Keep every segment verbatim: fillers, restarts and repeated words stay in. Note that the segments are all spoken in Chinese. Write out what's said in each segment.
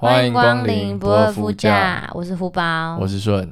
欢迎光临不二夫家，我是福宝， 我是顺。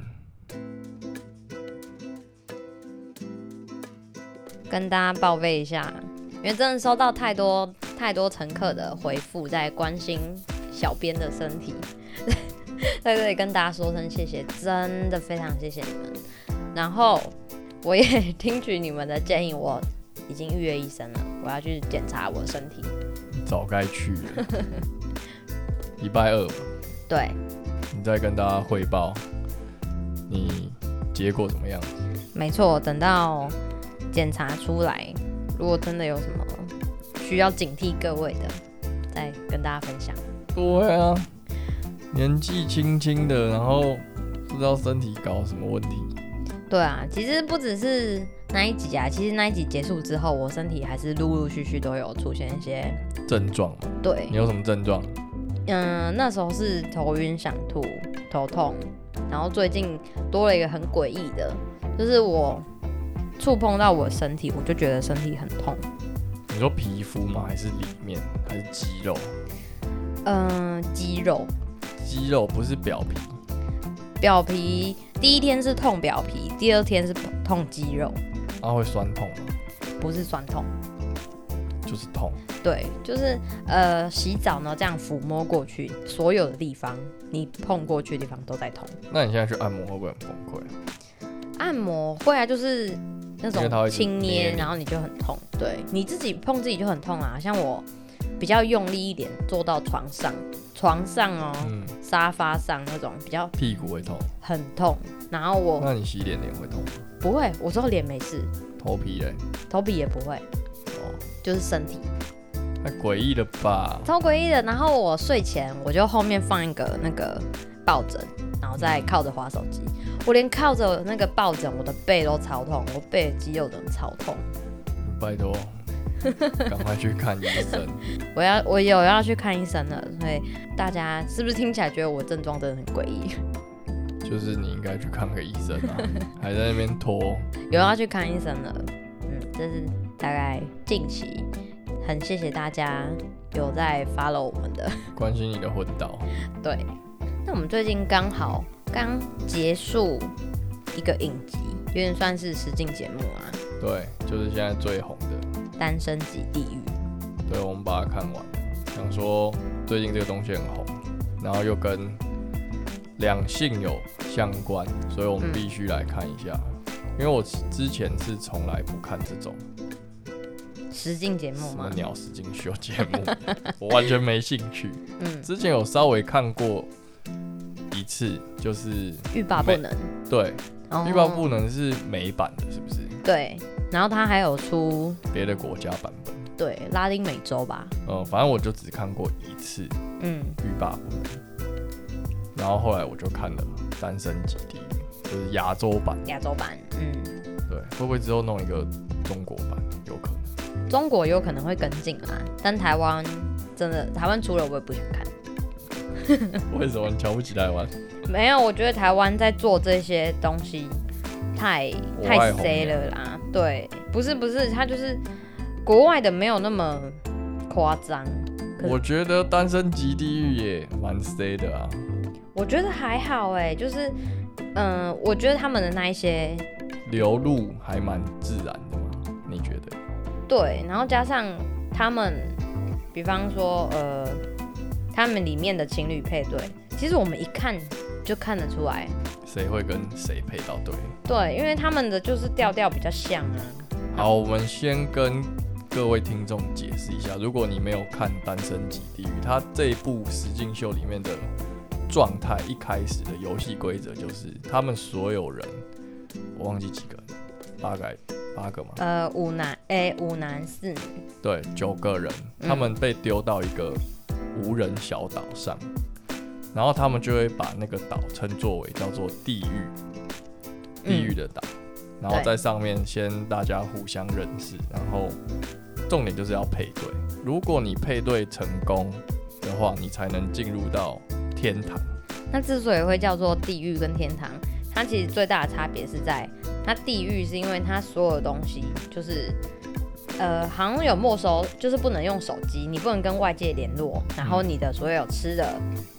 跟大家报备一下，因为真的收到太多太多乘客的回复，在关心小编的身体，在这里跟大家说声谢谢，真的非常谢谢你们。然后我也听取你们的建议，我已经预约医生了，我要去检查我的身体。 早该去了，礼拜二嘛。 对。 你再跟大家汇报你结果怎么样？ 没错，等到检查出来，如果真的有什么需要警惕各位的，再跟大家分享。 对啊，年纪轻轻的，然后不知道身体搞什么问题。 对啊，其实不只是那一集啊，其实那一集结束之后，我身体还是陆陆续续都有出现一些症状嘛。 对， 你有什么症状？ 嗯，那时候是头晕、想吐、头痛，然后最近多了一个很诡异的，就是我触碰到我的身体，我就觉得身体很痛。 你说皮肤吗？还是里面？还是肌肉？ 嗯，肌肉。 肌肉不是表皮。 表皮第一天是痛表皮，第二天是痛肌肉。 啊，会酸痛吗？ 不是酸痛， 就是痛。 对，就是呃，洗澡呢这样抚摸过去，所有的地方你碰过去的地方都在痛。 那你现在去按摩会不会很崩溃？ 按摩会啊，就是那种轻捏，然后你就很痛。对，你自己碰自己就很痛啊。像我比较用力一点，坐到床上，床上哦，嗯、沙发上那种比较屁股会痛， 很痛。然后我， 那你洗脸脸会痛吗？ 不会，我只有脸没事。 头皮嘞？ 头皮也不会， 哦， 就是身体。 太诡异了吧？ 超诡异的。然后我睡前我就后面放一个那个抱枕，然后再靠着滑手机。我连靠着那个抱枕，我的背都超痛，我背的肌肉真的超痛。 拜托，赶快去看医生。 我要我有要去看医生了，所以大家是不是听起来觉得我症状真的很诡异？ 就是你应该去看个医生啊，还在那边拖。 有要去看医生了，嗯，这是大概近期。很谢谢大家有在 follow 我们的， 关心你的昏倒。对， 那我们最近刚好刚结束一个影集，有点算是实境节目啊。 对，就是现在最红的 《单身即地狱》。 对，我们把它看完了，想说最近这个东西很红，然后又跟两性有相关，所以我们必须来看一下。嗯、因为我之前是从来不看这种实境节目吗？ 什么鸟实境秀节目，我完全没兴趣。 嗯， 之前有稍微看过一次，就是欲罢不能。 对，欲罢不能是美版的，是不是？ 对，然后它还有出别的国家版本， 对，拉丁美洲吧。 嗯，反正我就只看过一次。嗯，欲罢不能。然后后来我就看了《单身即地狱》，就是亚洲版。 亚洲版，嗯， 对，会不会之后弄一个中国版？有可能。 中国有可能会跟进啦，但台湾真的，台湾除了我也不想看。 为什么你瞧不起台湾？ 没有，我觉得台湾在做这些东西太太 C 了啦。对，不是不是，它就是国外的没有那么夸张。 我觉得《单身即地狱》也蛮 C 的啊。 我觉得还好哎、欸，就是嗯、呃，我觉得他们的那一些流露还蛮自然的嘛，你觉得？ 对，然后加上他们，比方说呃，他们里面的情侣配对，其实我们一看就看得出来谁会跟谁配到对。 对，因为他们的就是调调比较像啊。 好，我们先跟各位听众解释一下，如果你没有看《单身即地狱》，它这一部实境秀里面的状态，一开始的游戏规则就是他们所有人，我忘记几个人，八个八个吗？ 呃，五男，哎，五男四女。 对，九个人，他们被丢到一个无人小岛上，然后他们就会把那个岛称作为叫做地狱，地狱的岛，嗯、然后在上面先大家互相认识，然后重点就是要配对，如果你配对成功的话，你才能进入到天堂。 那之所以会叫做地狱跟天堂，它其实最大的差别是在，它地狱是因为它所有的东西就是，呃，好像有没收，就是不能用手机，你不能跟外界联络，然后你的所有吃的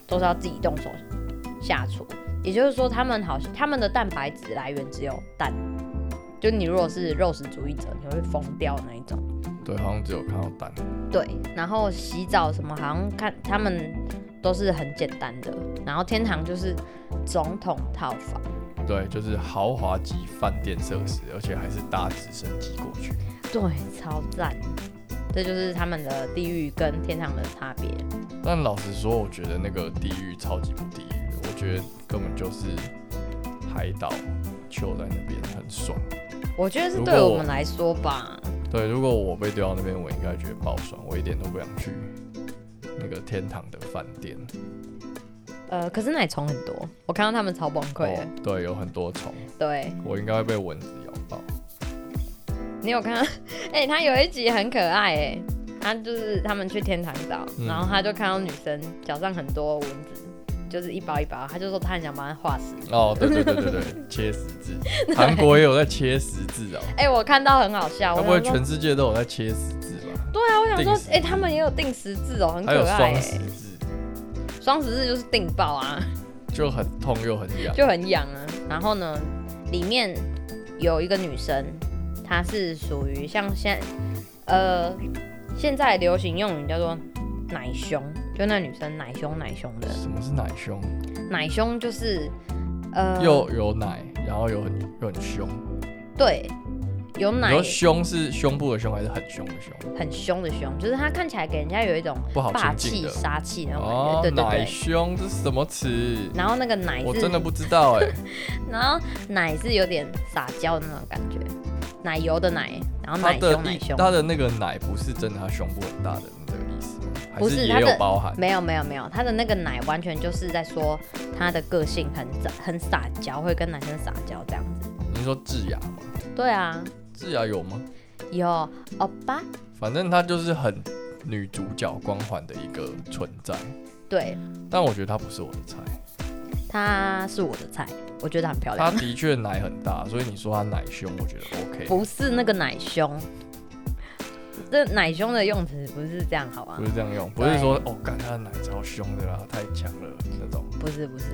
都是要自己动手下厨。也就是说，他们好像他们的蛋白质来源只有蛋。就你如果是肉食主义者，你会疯掉的那一种。 对，好像只有看到蛋。 对，然后洗澡什么，好像看他们都是很简单的。然后天堂就是总统套房。 对，就是豪华级饭店设施，而且还是搭直升机过去。 对，超赞。这就是他们的地狱跟天堂的差别。 但老实说，我觉得那个地狱超级不地狱的，我觉得根本就是海岛，就在那边很爽。 我觉得是对我们来说吧。 对，如果我被丢到那边，我应该觉得爆爽，我一点都不想去那个天堂的饭店。 呃，可是奶虫很多，我看到他们超崩溃的、哦。 对，有很多虫。 对， 我应该会被蚊子咬爆。 你有看到？哎、欸，他有一集很可爱哎、欸，他就是他们去天堂岛、嗯，然后他就看到女生脚上很多蚊子，就是一包一包，他就说他很想把它画死。 哦，对对对对对，切十字。韩国也有在切十字哦。 哎、欸，我看到很好笑。 会不会全世界都有在切十字吧？ 对啊，我想说，哎、欸，他们也有定十字哦，很可爱、欸。 还有双十字。 双十字就是定爆啊， 就很痛又很痒， 就很痒啊。然后呢，里面有一个女生，她是属于像现呃现在流行用语叫做奶胸，就那女生奶胸奶胸的。 什么是奶胸？ 奶胸就是呃又有奶，然后又很又很凶。 对。有奶， 你说凶是胸部的凶还是很凶的凶？ 很凶的凶，就是它看起来给人家有一种霸气、杀气那种感觉。哦、对对对， 奶凶这是什么词？ 然后那个奶是， 我真的不知道哎、欸。 然后奶是有点撒娇的那种感觉，奶油的奶，然后奶凶奶凶。 它的那个奶不是真的，它胸部很大的这个意思吗？ 不是， 也有包含？ 没有没有没有，它的那个奶完全就是在说它的个性很很撒娇，会跟男生撒娇这样子。 你是说智雅吗？ 对啊。 智雅有吗？ 有，欧巴。 反正她就是很女主角光环的一个存在。 对。 但我觉得她不是我的菜。 她是我的菜，我觉得很漂亮。 她的确奶很大，所以你说她奶凶，我觉得 OK。 不是那个奶凶，这奶凶的用词不是这样，好吗？ 不是这样用，不是说哦，干她的奶超凶的啦，太强了那种。 不是不是。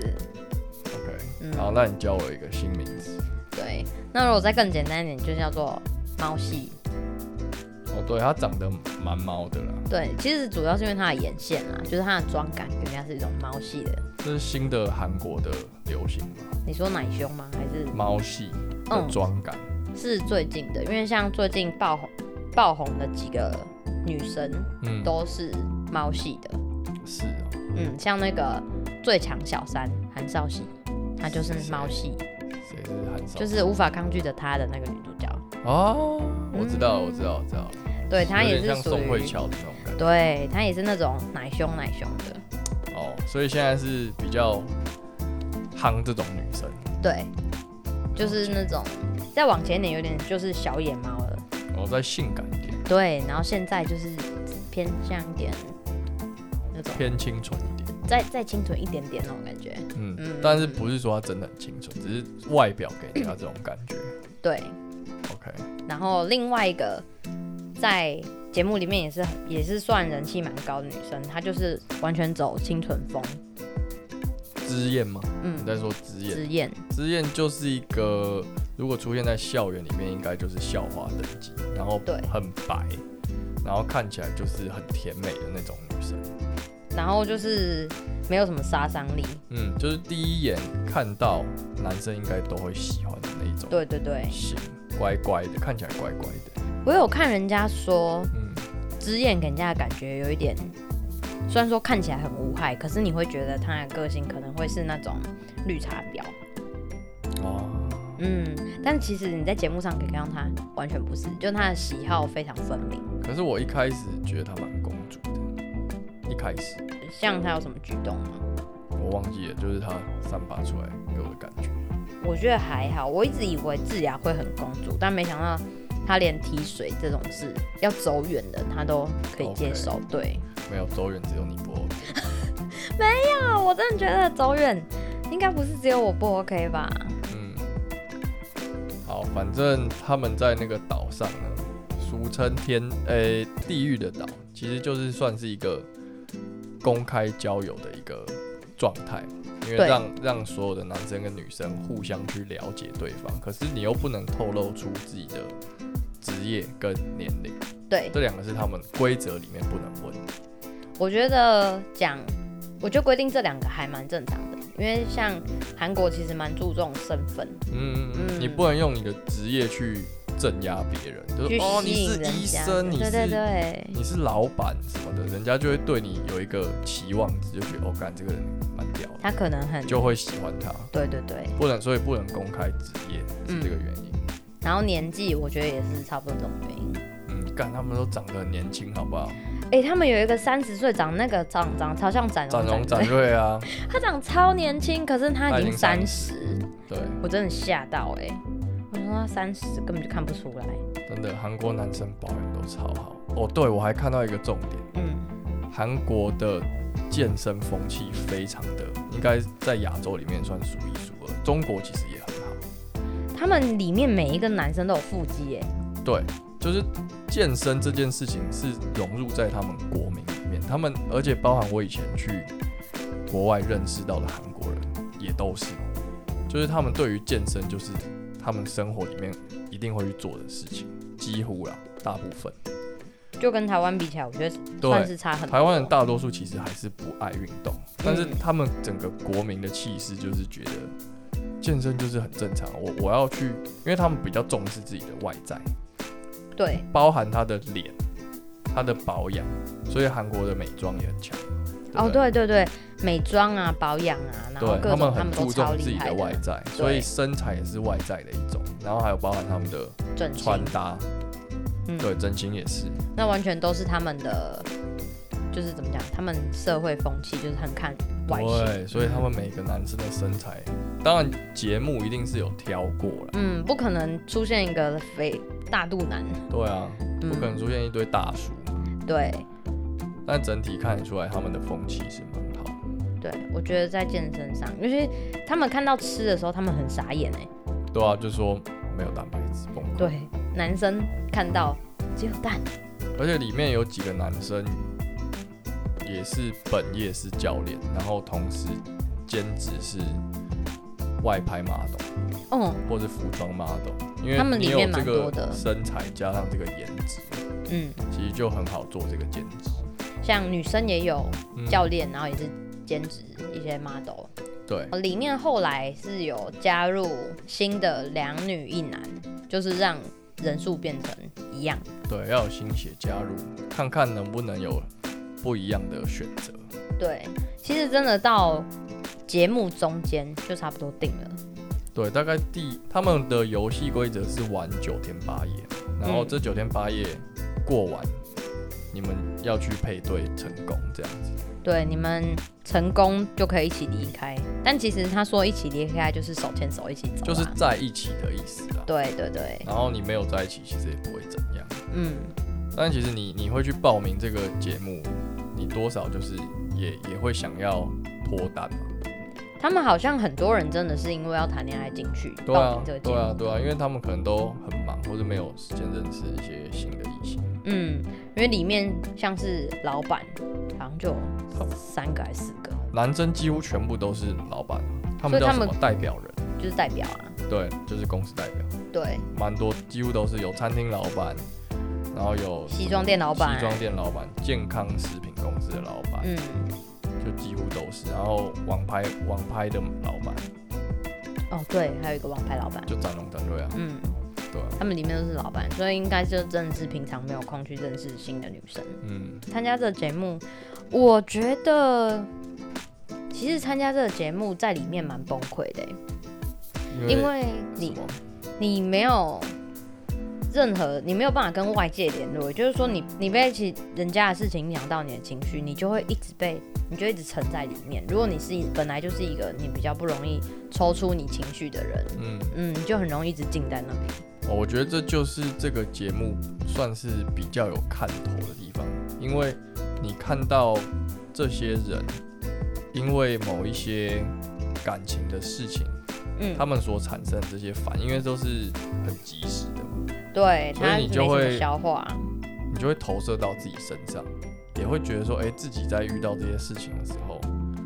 OK，、嗯、好，那你教我一个新名词。 对，那如果再更简单一点，就叫做猫系。 哦，对，它长得蛮猫的啦。 对，其实主要是因为它的眼线啦，就是它的妆感给人家是一种猫系的。 这是新的韩国的流行吗？ 你说奶凶吗？还是猫系的妆感、 嗯？是最近的，因为像最近爆红爆红的几个女生，嗯，都是猫系的。 是哦。 嗯，像那个最强小三韩韶禧，她就是猫系。 谁是韩韶禧？ 就是无法抗拒的她的那个女主角。 哦，我知道，嗯、我知道，我知道。 对，她也是像宋慧乔的那种感觉。 对，她也是那种奶凶奶凶的。 哦，所以现在是比较夯这种女生。 对，就是那种再往前点，有点就是小野猫了。 哦，再性感一点。 对，然后现在就是偏向一点那种偏清纯一点， 再再清纯一点点那种感觉。 嗯，嗯但是不是说她真的很清纯，只是外表给人家这种感觉。 对 ，OK。 然后另外一个在节目里面也是也是算人气蛮高的女生，她就是完全走清纯风。 知燕吗？ 嗯， 你在说知燕？ 知燕， 知燕就是一个，如果出现在校园里面，应该就是校花等级，然后很白，然后看起来就是很甜美的那种女生， 然后就是没有什么杀伤力， 嗯，就是第一眼看到男生应该都会喜欢的那一种， 对对对， 型乖乖的，看起来乖乖的。 我有看人家说，嗯，知燕给人家的感觉有一点。虽然说看起来很无害，可是你会觉得他的个性可能会是那种绿茶婊。 哦， 嗯，但其实你在节目上可以看到他完全不是，就是他的喜好非常分明。 可是我一开始觉得他蛮公主的，一开始。 像他有什么举动吗？ 我忘记了，就是他散发出来给我的感觉。 我觉得还好，我一直以为智雅会很公主，但没想到他连踢水这种事要走远的他都可以接受。Okay. 对。 没有走远，只有你不 OK。 没有，我真的觉得走远应该不是只有我不 OK 吧？ 嗯，好，反正他们在那个岛上呢，俗称天诶、欸、地狱的岛，其实就是算是一个公开交友的一个状态，因为让让所有的男生跟女生互相去了解对方，可是你又不能透露出自己的职业跟年龄， 对， 这两个是他们规则里面不能问。 我觉得讲，我觉得规定这两个还蛮正常的，因为像韩国其实蛮注重身份， 嗯嗯，你不能用你的职业去镇压别人，就是哦你是医生，你是对对对， 你是老板什么的，人家就会对你有一个期望值，就觉得哦干这个人蛮屌的， 他可能很就会喜欢他。对对对， 不能，所以不能公开职业是这个原因。嗯、 然后年纪我觉得也是差不多这种原因。 嗯，干他们都长得很年轻，好不好？ 哎、欸，他们有一个三十岁长那个长长超像展荣展荣展瑞啊， 他长超年轻，可是他已经三十， 对， 我真的吓到哎、欸，我说他三十根本就看不出来。 真的，韩国男生保养都超好。哦，对，我还看到一个重点，嗯，韩国的健身风气非常的，应该在亚洲里面算数一数二。中国其实也很好， 他们里面每一个男生都有腹肌哎。 对，就是健身这件事情是融入在他们国民里面，他们而且包含我以前去国外认识到的韩国人也都是，就是他们对于健身就是他们生活里面一定会去做的事情，几乎啦，大部分。 就跟台湾比起来，我觉得算是差很多。 台湾人大多数其实还是不爱运动，但是他们整个国民的气势就是觉得健身就是很正常。我我要去，因为他们比较重视自己的外在， 对， 包含他的脸、他的保养，所以韩国的美妆也很强。 哦，对对对，美妆啊、保养啊，然后各种他们很注重自己的外在，所以身材也是外在的一种，然后还有包含他们的穿搭。嗯、对，整形也是， 那完全都是他们的，就是怎么讲，他们社会风气就是很看外形， 对，所以他们每个男生的身材，当然节目一定是有挑过了， 嗯，不可能出现一个肥大肚腩， 对啊，不可能出现一堆大叔， 嗯、对， 但整体看得出来他们的风气是蛮好的， 对，我觉得在健身上，尤其他们看到吃的时候，他们很傻眼哎， 对啊，就说没有蛋白质，崩溃， 对。男生看到只有蛋， 而且里面有几个男生也是本业是教练，然后同时兼职是外拍 model， 嗯，或是服装 model， 因为你有这个身材加上这个颜值，嗯，其实就很好做这个兼职。 像女生也有教练，嗯、然后也是兼职一些 model。 对， 里面后来是有加入新的两女一男，就是让人数变成一样， 对，要有新血加入，看看能不能有不一样的选择。对， 其实真的到节目中间就差不多定了。 对，大概第他们的游戏规则是玩九天八夜，然后这九天八夜过完，嗯、你们要去配对成功这样子。 对，你们成功就可以一起离开，但其实他说一起离开就是手牵手一起走， 就是在一起的意思啦。 对对对。然后你没有在一起，其实也不会怎样。嗯。但其实你你会去报名这个节目，你多少就是也也会想要脱单嘛。 他们好像很多人真的是因为要谈恋爱进去报名这个节目。 对啊，对啊，因为他们可能都很忙，或者没有时间认识一些新的异性。 嗯，因为里面像是老板，好像就有三个还是四个， 男生几乎全部都是老板，他们叫什么代表人？ 就是代表啊。对， 就是公司代表。 对， 蛮多，几乎都是有餐厅老板，然后有西装店老板、 西装店老板、健康食品公司的老板，嗯，就几乎都是。然后网拍网拍的老板， 哦，对，还有一个网拍老板， 就展龙展瑞啊，嗯。 对啊，他们里面都是老板，所以应该就真的是平常没有空去认识新的女生。嗯，参加这个节目，我觉得其实参加这个节目在里面蛮崩溃的，因为你你没有任何，你没有办法跟外界联络，也就是说你你被其人家的事情影响到你的情绪，你就会一直被，你就一直沉在里面。如果你是本来就是一个你比较不容易抽出你情绪的人，嗯嗯，你就很容易一直静在那里。 哦，我觉得这就是这个节目算是比较有看头的地方，因为你看到这些人因为某一些感情的事情，嗯，他们所产生的这些反应，因为都是很及时的嘛， 对， 所以你就会消化， 你就会投射到自己身上，也会觉得说，哎、欸，自己在遇到这些事情的时候，是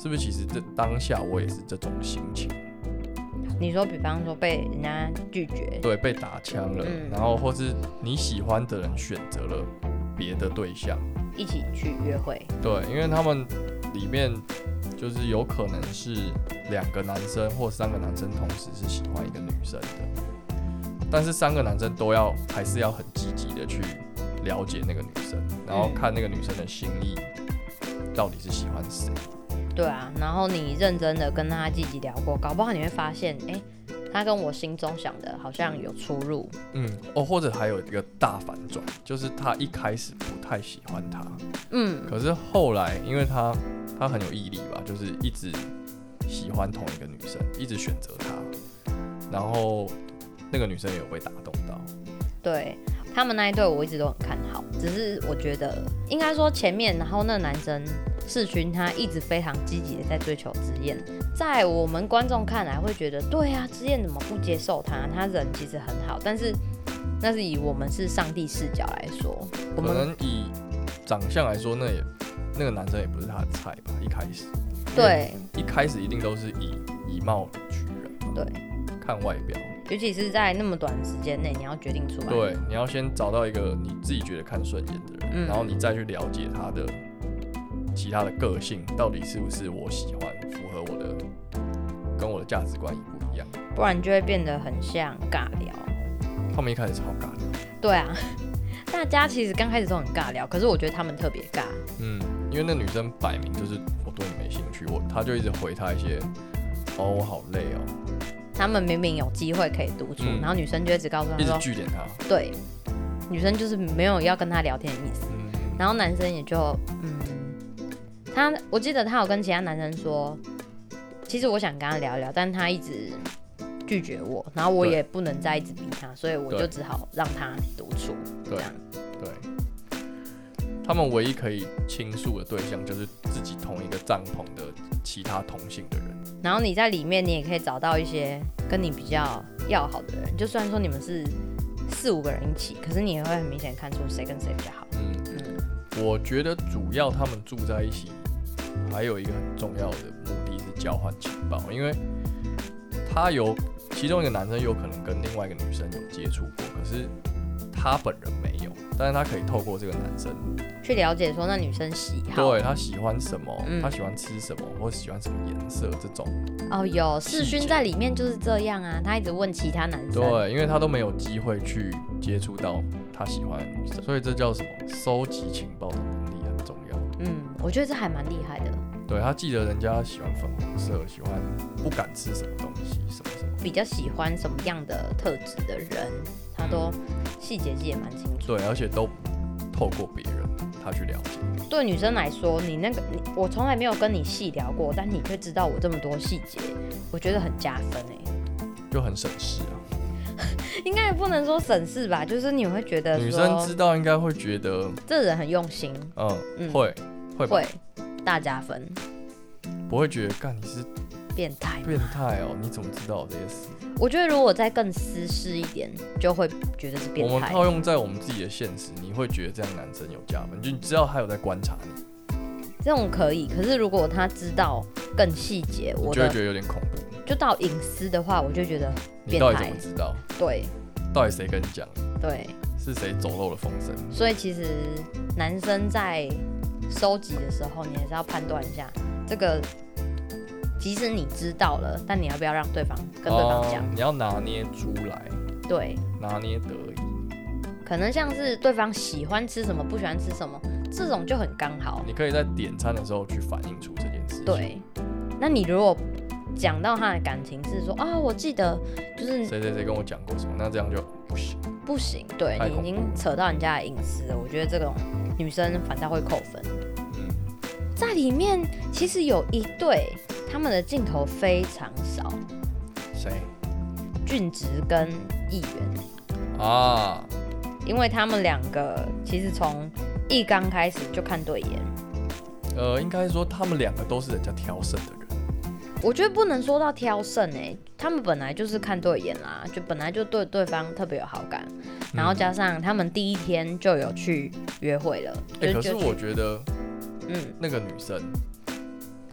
是不是其实这当下我也是这种心情？ 你说，比方说被人家拒绝， 对，被打枪了，嗯、然后或是你喜欢的人选择了别的对象， 一起去约会。 对，因为他们里面就是有可能是两个男生或三个男生同时是喜欢一个女生的，但是三个男生都要还是要很积极的去了解那个女生，然后看那个女生的心意到底是喜欢谁。 对啊，然后你认真的跟他积极聊过，搞不好你会发现，哎、欸，他跟我心中想的好像有出入。 嗯，哦，或者还有一个大反转，就是他一开始不太喜欢他，嗯，可是后来因为他他很有毅力吧，就是一直喜欢同一个女生，一直选择她，然后那个女生也有被打动到。 对，他们那一对我一直都很看好，只是我觉得应该说前面，然后那个男生世勋他一直非常积极的在追求之燕，在我们观众看来会觉得，对啊，之燕怎么不接受他？他人其实很好，但是那是以我们是上帝视角来说，我们可能以长相来说，那也那个男生也不是他的菜吧？一开始， 对， 一开始一定都是以以貌取人， 对， 看外表。 尤其是在那么短的时间内，你要决定出来。 对，你要先找到一个你自己觉得看顺眼的人，嗯、然后你再去了解他的其他的个性，到底是不是我喜欢，符合我的，跟我的价值观一不一样。 不然就会变得很像尬聊。 他们一开始超尬聊。 对啊，大家其实刚开始都很尬聊，可是我觉得他们特别尬。 嗯，因为那女生摆明就是我对你没兴趣，我他就一直回他一些，哦，我好累哦。 他们明明有机会可以独处，嗯、然后女生就一直告诉他说， 一直据点他。 对，女生就是没有要跟他聊天的意思。嗯、然后男生也就，嗯，他我记得他有跟其他男生说，其实我想跟他聊一聊，但他一直拒绝我，然后我也不能再一直逼他，所以我就只好让他独处。这样。 对。他们唯一可以倾诉的对象就是自己同一个帐篷的其他同性的人。 然后你在里面，你也可以找到一些跟你比较要好的人。就算说你们是四五个人一起，可是你也会很明显看出谁跟谁比较好。嗯嗯，我觉得主要他们住在一起，还有一个很重要的目的是交换情报，因为他有其中一个男生有可能跟另外一个女生有接触过，可是他本人没有，但是他可以透过这个男生去了解说那女生喜好， 对她喜欢什么，嗯、她喜欢吃什么，或喜欢什么颜色这种。 哦，有世勋在里面就是这样啊，他一直问其他男生， 对，因为他都没有机会去接触到他喜欢的女生，所以这叫什么？收集情报的能力很重要。 嗯，我觉得这还蛮厉害的。 对，他记得人家喜欢粉红色，喜欢不敢吃什么东西，什么什么， 比较喜欢什么样的特质的人，他都细节记得蛮清楚。 对，而且都透过别人他去了解。 对女生来说，你那个你我从来没有跟你细聊过，但你却知道我这么多细节，我觉得很加分哎， 就很省事啊。 应该也不能说省事吧，就是你会觉得女生知道应该会觉得这人很用心。 嗯，嗯会会会大加分， 不会觉得干你是变态变态哦？你怎么知道这些事？ 我觉得如果再更私事一点，就会觉得是变态。 我们套用在我们自己的现实，你会觉得这样男生有加分，就你知道他有在观察你， 这种可以。可是如果他知道更细节，我就会觉得有点恐怖。 就到隐私的话，我就觉得变态。 你到底怎么知道？ 对， 到底谁跟你讲？ 对， 是谁走漏了风声？ 所以其实男生在收集的时候，你还是要判断一下这个。即使你知道了，但你要不要让对方跟对方讲、哦？ 你要拿捏出来， 对， 拿捏得宜。 可能像是对方喜欢吃什么，不喜欢吃什么，这种就很刚好。 你可以在点餐的时候去反映出这件事情。 对，那你如果讲到他的感情是说啊，我记得就是谁谁谁跟我讲过什么，那这样就不行。 不行，对你已经扯到人家的隐私了，我觉得这种女生反倒会扣分。嗯，在里面其实有一对。他们的镜头非常少。 谁？ 俊植跟议员啊， 因为他们两个其实从一刚开始就看对眼。 呃，应该说他们两个都是人家挑剩的人。 我觉得不能说到挑剩哎、欸，他们本来就是看对眼啦，就本来就对对方特别有好感，然后加上他们第一天就有去约会了。 哎、欸，可是我觉得，嗯，那个女生。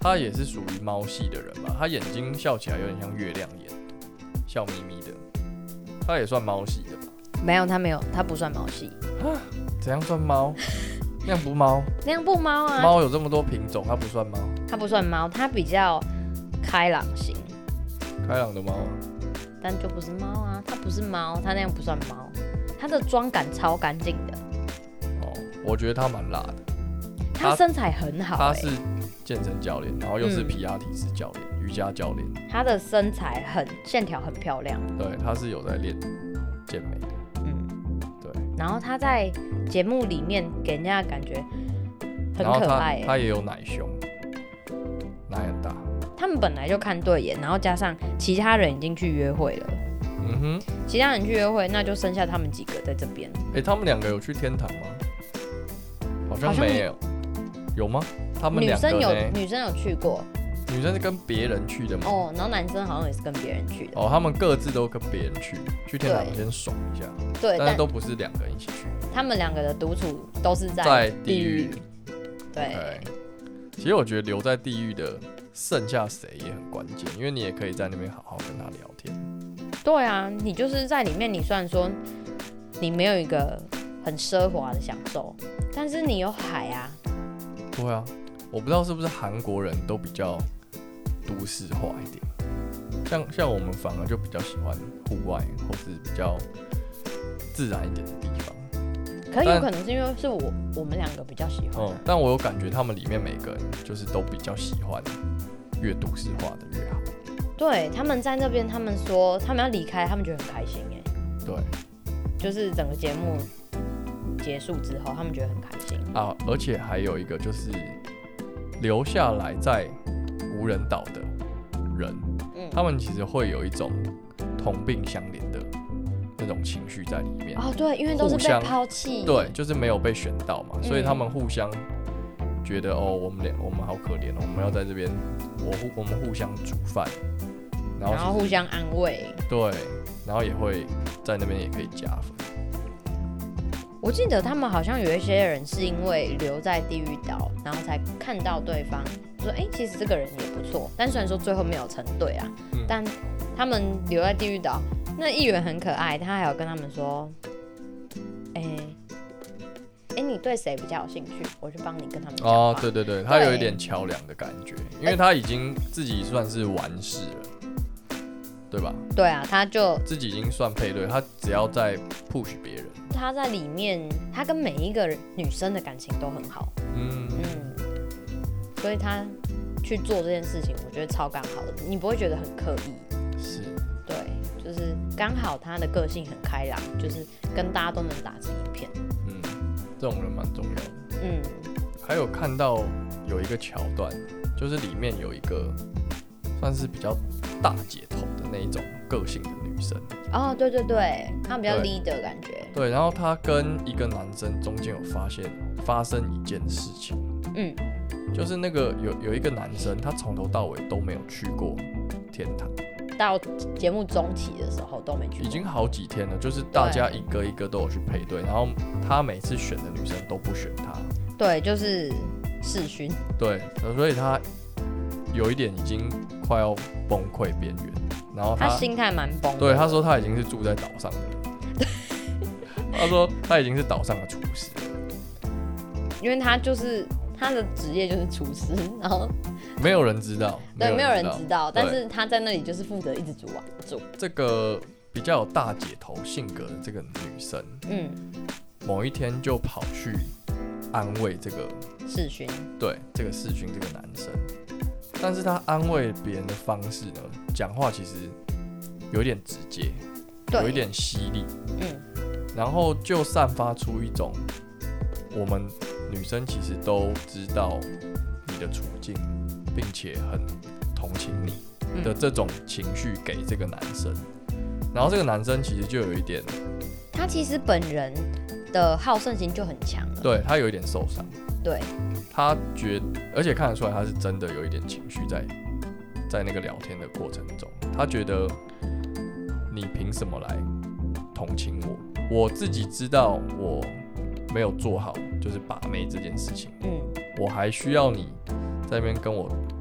他也是属于猫系的人吧？他眼睛笑起来有点像月亮眼，笑眯眯的，他也算猫系的吧？ 没有，他没有，他不算猫系。 怎样算猫？那样不猫？ 那样不猫啊？ 猫有这么多品种，它不算猫。 它不算猫，它比较开朗型。 开朗的猫啊？ 但就不是猫啊，它不是猫，它那样不算猫。它的妆感超干净的。 哦，我觉得它蛮辣的。 它身材很好、欸。 他是健身教练，然后又是皮拉提斯教练、嗯、瑜伽教练。 他的身材很线条很漂亮。 对，他是有在练健美的。 嗯， 对。 然后他在节目里面给人家的感觉很可爱、欸。 他, 他也有奶胸，奶很大。 他们本来就看对眼，然后加上其他人已经去约会了。 嗯哼。 其他人去约会，那就剩下他们几个在这边。 哎、欸，他们两个有去天堂吗？好像没有。有吗？他们两个呢？ 女生有女生有去过， 女生是跟别人去的吗？ 哦，然后男生好像也是跟别人去的。 哦，他们各自都跟别人去，去天堂先爽一下。 对， 但是都不是两个人一起去。 他们两个的独处都是在在地狱。 对。Okay. 其实我觉得留在地狱的剩下谁也很关键，因为你也可以在那边好好跟他聊天。 对啊，你就是在里面，你虽然说你没有一个很奢华的享受，但是你有海啊。 对啊，我不知道是不是韩国人都比较都市化一点，像像我们反而就比较喜欢户外或是比较自然一点的地方。 可有可能是因为是我我们两个比较喜欢、啊嗯，但我有感觉他们里面每个人就是都比较喜欢越都市化的越好。 对，他们在那边，他们说他们要离开，他们觉得很开心哎。 对， 就是整个节目结束之后，他们觉得很开心啊，而且还有一个就是留下来在无人岛的人、嗯，他们其实会有一种同病相怜的那种情绪在里面。 哦，对，因为都是被抛弃， 对，就是没有被选到嘛，嗯、所以他们互相觉得哦，我们俩我们好可怜哦，我们要在这边，我互我们互相煮饭，然后然后互相安慰， 对，然后也会在那边也可以加分。 我记得他们好像有一些人是因为留在地狱岛，然后才看到对方说，哎、欸，其实这个人也不错。但虽然说最后没有成对啊、嗯，但他们留在地狱岛，那议员很可爱，他还有跟他们说，哎、欸，哎、欸，你对谁比较有兴趣，我就帮你跟他们讲。 哦，对对对，他有一点桥梁的感觉，因为他已经自己算是完事了，对吧？ 对啊，他就自己已经算配对，他只要再 push 别人。 他在里面，他跟每一个女生的感情都很好，嗯嗯，所以他去做这件事情，我觉得超刚好的，你不会觉得很刻意， 是， 对，就是刚好他的个性很开朗，就是跟大家都能打成一片， 嗯，这种人蛮重要的， 嗯， 还有看到有一个桥段，就是里面有一个算是比较大姐头的那一种个性的女生。 哦，对对对，他比较 leader 的感觉。 对，然后他跟一个男生中间有发现发生一件事情，嗯，就是那个有有一个男生，他从头到尾都没有去过天堂， 到节目中期的时候都没去过， 已经好几天了，就是大家一个一个都有去配对，然后他每次选的女生都不选他， 对，就是世勋，对， 所以他有一点已经快要崩溃边缘。然后 他, 他心态蛮崩的， 对，他说他已经是住在岛上的人，他说他已经是岛上的厨师了， 因为他就是他的职业就是厨师，然后没有人知道， 对，没有人知道，但是他在那里就是负责一直煮啊煮。 这个比较有大姐头性格的这个女生，嗯，某一天就跑去安慰这个世勋， 对，这个世勋这个男生。但是他安慰别人的方式呢，讲话其实有点直接，有一点犀利，嗯，然后就散发出一种我们女生其实都知道你的处境，并且很同情你的这种情绪给这个男生，嗯，然后这个男生其实就有一点， 他其实本人的好胜心就很强了， 对，他有一点受伤。 对， 他觉得，而且看得出来，他是真的有一点情绪在，在那个聊天的过程中，他觉得你凭什么来同情我？我自己知道我没有做好，就是把妹这件事情，嗯，我还需要你在那边跟我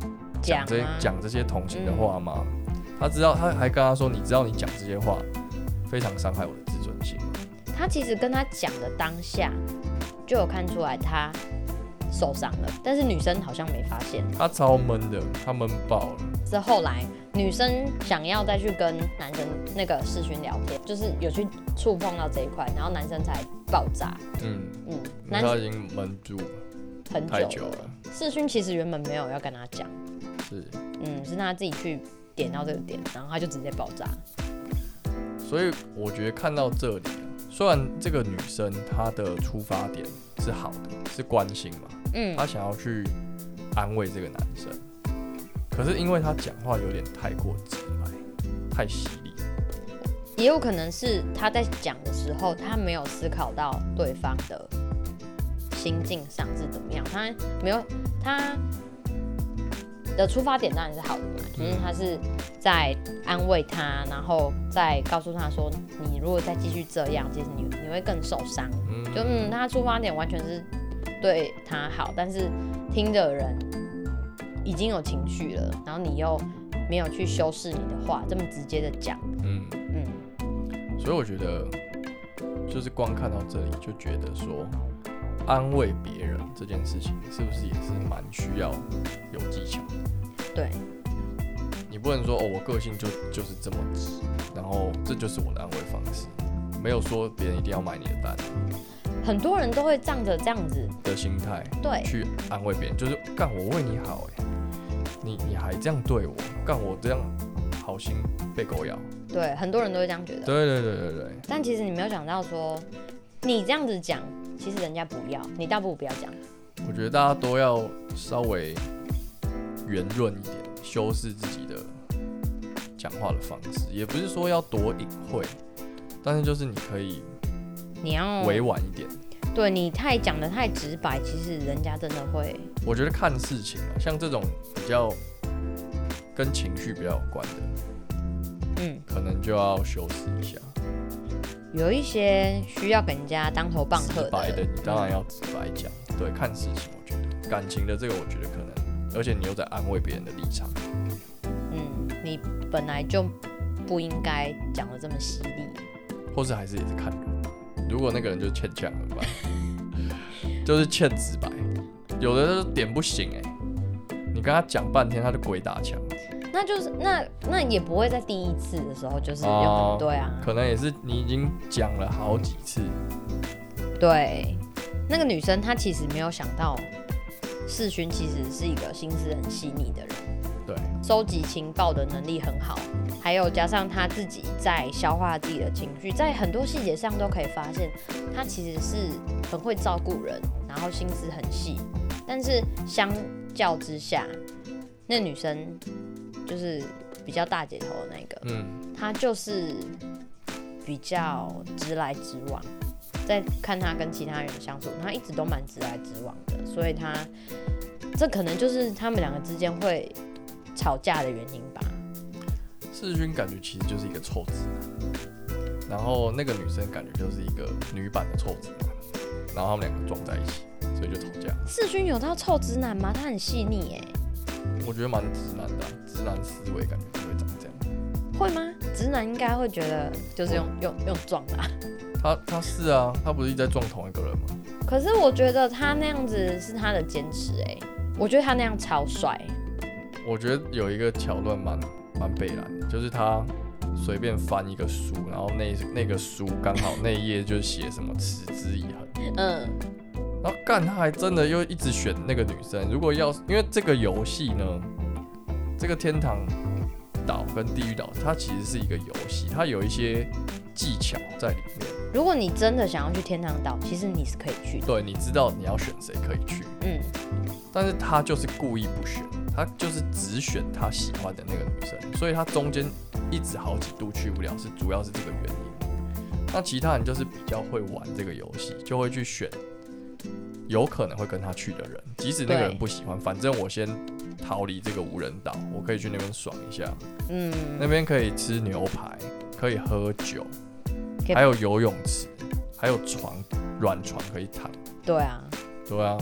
讲这讲这些同情的话吗？嗯、他知道，他还跟他说，你知道你讲这些话非常伤害我的自尊心吗？ 他其实跟他讲的当下就有看出来他受伤了，但是女生好像没发现。 他超闷的，他闷爆了。 是后来女生想要再去跟男生那个视讯聊天，就是有去触碰到这一块，然后男生才爆炸。嗯嗯，他已经闷住很久了。 久了视讯其实原本没有要跟他讲， 是嗯，是他自己去点到这个点，然后他就直接爆炸。 所以我觉得看到这里，虽然这个女生她的出发点是好的，是关心嘛，嗯，她想要去安慰这个男生。可是因为他讲话有点太过直白，太犀利， 也有可能是他在讲的时候，他没有思考到对方的心境上是怎么样，他没有他的出发点当然是好的嘛，就是他是在安慰他，然后再告诉他说，你如果再继续这样，其实你你会更受伤。嗯，就嗯，他出发点完全是对他好，但是听的人已经有情绪了，然后你又没有去修饰你的话，这么直接的讲，嗯嗯，所以我觉得就是光看到这里就觉得说，安慰别人这件事情是不是也是蛮需要有技巧的？ 对， 你不能说哦，我个性就就是这么直，然后这就是我的安慰方式，没有说别人一定要买你的单。 很多人都会仗着这样子的心态， 对， 去安慰别人，就是干我为你好，哎，你你还这样对我，干我这样好心被狗咬。 对，很多人都会这样觉得。 对对对对对。 但其实你没有想到说，你这样子讲，其实人家不要，你倒不如不要讲。 我觉得大家都要稍微圆润一点，修饰自己的讲话的方式，也不是说要多隐晦，但是就是你可以。 你要委婉一点， 对你太讲的太直白，其实人家真的会。 我觉得看事情啊，像这种比较跟情绪比较有关的，嗯，可能就要修饰一下。 有一些需要给人家当头棒喝的， 直白的你当然要直白讲。对，看事情，我觉得感情的这个，我觉得可能，而且你又在安慰别人的立场， 嗯，你本来就不应该讲的这么犀利， 或是还是也是看人。如果那个人就是欠呛怎么办？就是欠直白，有的就是点不醒哎、欸，你跟他讲半天他就鬼打墙， 那就是那那也不会在第一次的时候就是用很、哦、对啊， 可能也是你已经讲了好几次。 对，那个女生她其实没有想到，世勋其实是一个心思很细腻的人， 对， 收集情报的能力很好。还有加上他自己在消化自己的情绪，在很多细节上都可以发现，他其实是很会照顾人，然后心思很细。但是相较之下，那女生就是比较大姐头的那个，嗯，她就是比较直来直往。在看她跟其他人相处，她一直都蛮直来直往的，所以她这可能就是他们两个之间会吵架的原因吧。 世勋感觉其实就是一个臭直男，然后那个女生感觉就是一个女版的臭直男，然后他们两个撞在一起，所以就吵架。 世勋有到臭直男吗？他很细腻哎， 我觉得蛮直男的、啊，直男思维感觉就会长这样。 会吗？直男应该会觉得就是用用用撞的、啊。 他他是啊，他不是一直在撞同一个人吗？ 可是我觉得他那样子是他的坚持哎，我觉得他那样超帅。 我觉得有一个桥段蛮。蛮北蓝的，就是他随便翻一个书，然后 那, 那个书刚好那一页就写什么持之以恒，嗯，然后干他还真的又一直选那个女生。如果要，因为这个游戏呢，这个天堂岛跟地狱岛，它其实是一个游戏，它有一些技巧在里面。 如果你真的想要去天堂岛，其实你是可以去的。 对，你知道你要选谁可以去，嗯，但是他就是故意不选。他就是只选他喜欢的那个女生，所以他中间一直好几度去不了，是主要是这个原因。那其他人就是比较会玩这个游戏，就会去选有可能会跟他去的人，即使那个人不喜欢，反正我先逃离这个无人岛，我可以去那边爽一下。嗯，那边可以吃牛排，可以喝酒，还有游泳池，还有床，软床可以躺。 对啊， 对啊。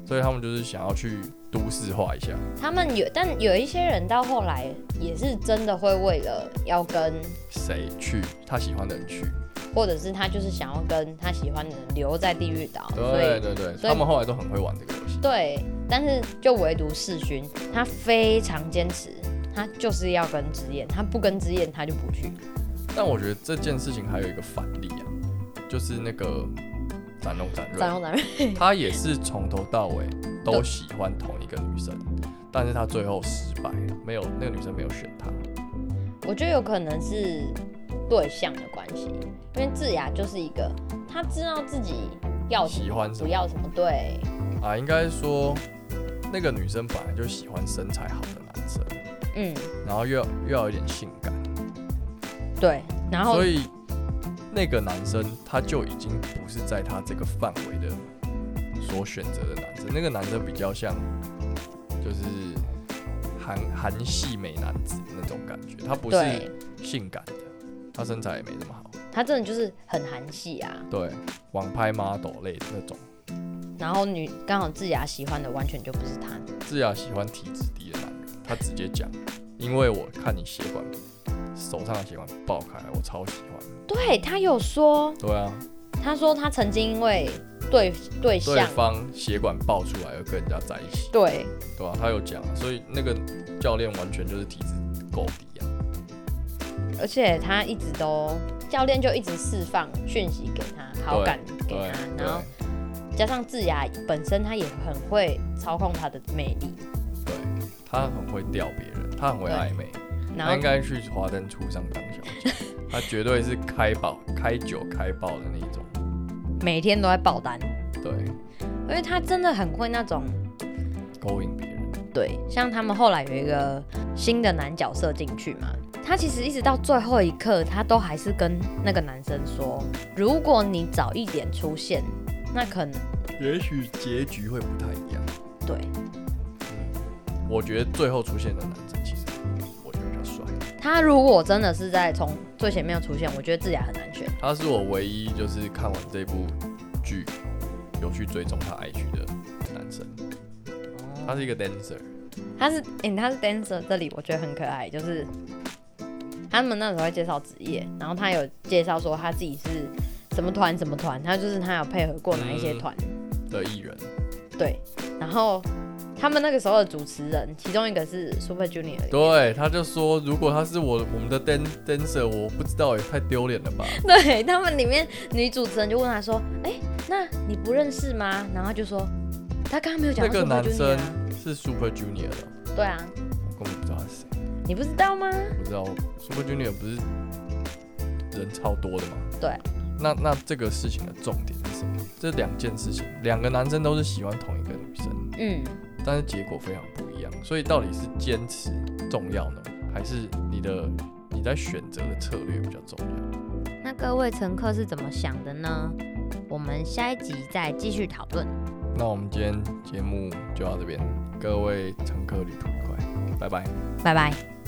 所以他们就是想要去都市化一下。 他们有，但有一些人到后来也是真的会为了要跟谁去，他喜欢的人去， 或者是他就是想要跟他喜欢的人留在地狱岛。 对对对，他们后来都很会玩这个游戏。 对，但是就唯独世勋，他非常坚持，他就是要跟之燕，他不跟之燕他就不去。 但我觉得这件事情还有一个反例啊，就是那个展龙展瑞， 展龙展瑞， 他也是从头到尾都喜欢同一个女生，但是他最后失败了，没有那个女生没有选他。 我觉得有可能是对象的关系，因为智雅就是一个他知道自己要什么喜欢什么不要什么，对啊，应该说那个女生本来就喜欢身材好的男生， 嗯， 然后又又要有点性感， 对，然后所以那个男生他就已经不是在他这个范围的所选择的男生，那个男生比较像就是韩韩系美男子那种感觉，他不是性感的，他身材也没那么好， 他真的就是很韩系啊， 对，网拍 model 类的那种。 然后女刚好智雅喜欢的完全就不是他。 智雅喜欢体脂低的男人，他直接讲，因为我看你血管手上的血管爆开来，我超喜欢。 对他有说， 对啊， 他说他曾经因为对对象对方血管爆出来而跟人家在一起， 对对吧、啊？他有讲，所以那个教练完全就是体脂够低啊。 而且他一直都教练就一直释放讯息给他，好感给他，然后加上智雅本身他也很会操控他的魅力， 对，他很会钓别人，他很会暧昧，他应该去华灯初上当小姐，他绝对是开爆、开酒开爆的那一种， 每天都在爆单。 对， 因为他真的很会那种勾引别人。 对，像他们后来有一个新的男角色进去嘛，他其实一直到最后一刻，他都还是跟那个男生说，如果你早一点出现，那可能也许结局会不太一样。 对， 嗯，我觉得最后出现的男生其实我觉得比较帅。 他如果真的是在从最前面出现，我觉得智雅很难选。 他是我唯一就是看完这部剧有去追踪他 I G 的男生。他是一个 dancer， 他是，欸，他是 dancer， 这里我觉得很可爱，就是他们那时候会介绍职业，然后他有介绍说他自己是什么团什么团，他就是他有配合过哪一些团， 嗯，的艺人，对， 然后他们那个时候的主持人，其中一个是 Super Junior， 对，他就说如果他是我我们的 dan dancer， 我不知道也太丢脸了吧？ 对，他们里面女主持人就问他说，哎，欸，那你不认识吗？然后他就说他刚刚没有讲到 Super Junior，啊， 那个男生是 Super Junior 的， 对啊， 我根本不知道他是谁。 你不知道吗？ 不知道 Super Junior 不是人超多的吗？ 对。 那那这个事情的重点是什么？这两件事情，两个男生都是喜欢同一个女生，嗯，但是结果非常不一样。所以到底是坚持重要呢，还是你的你在选择的策略比较重要？ 那各位乘客是怎么想的呢？我们下一集再继续讨论。 那我们今天节目就到这边，各位乘客旅途愉快，拜拜， 拜拜。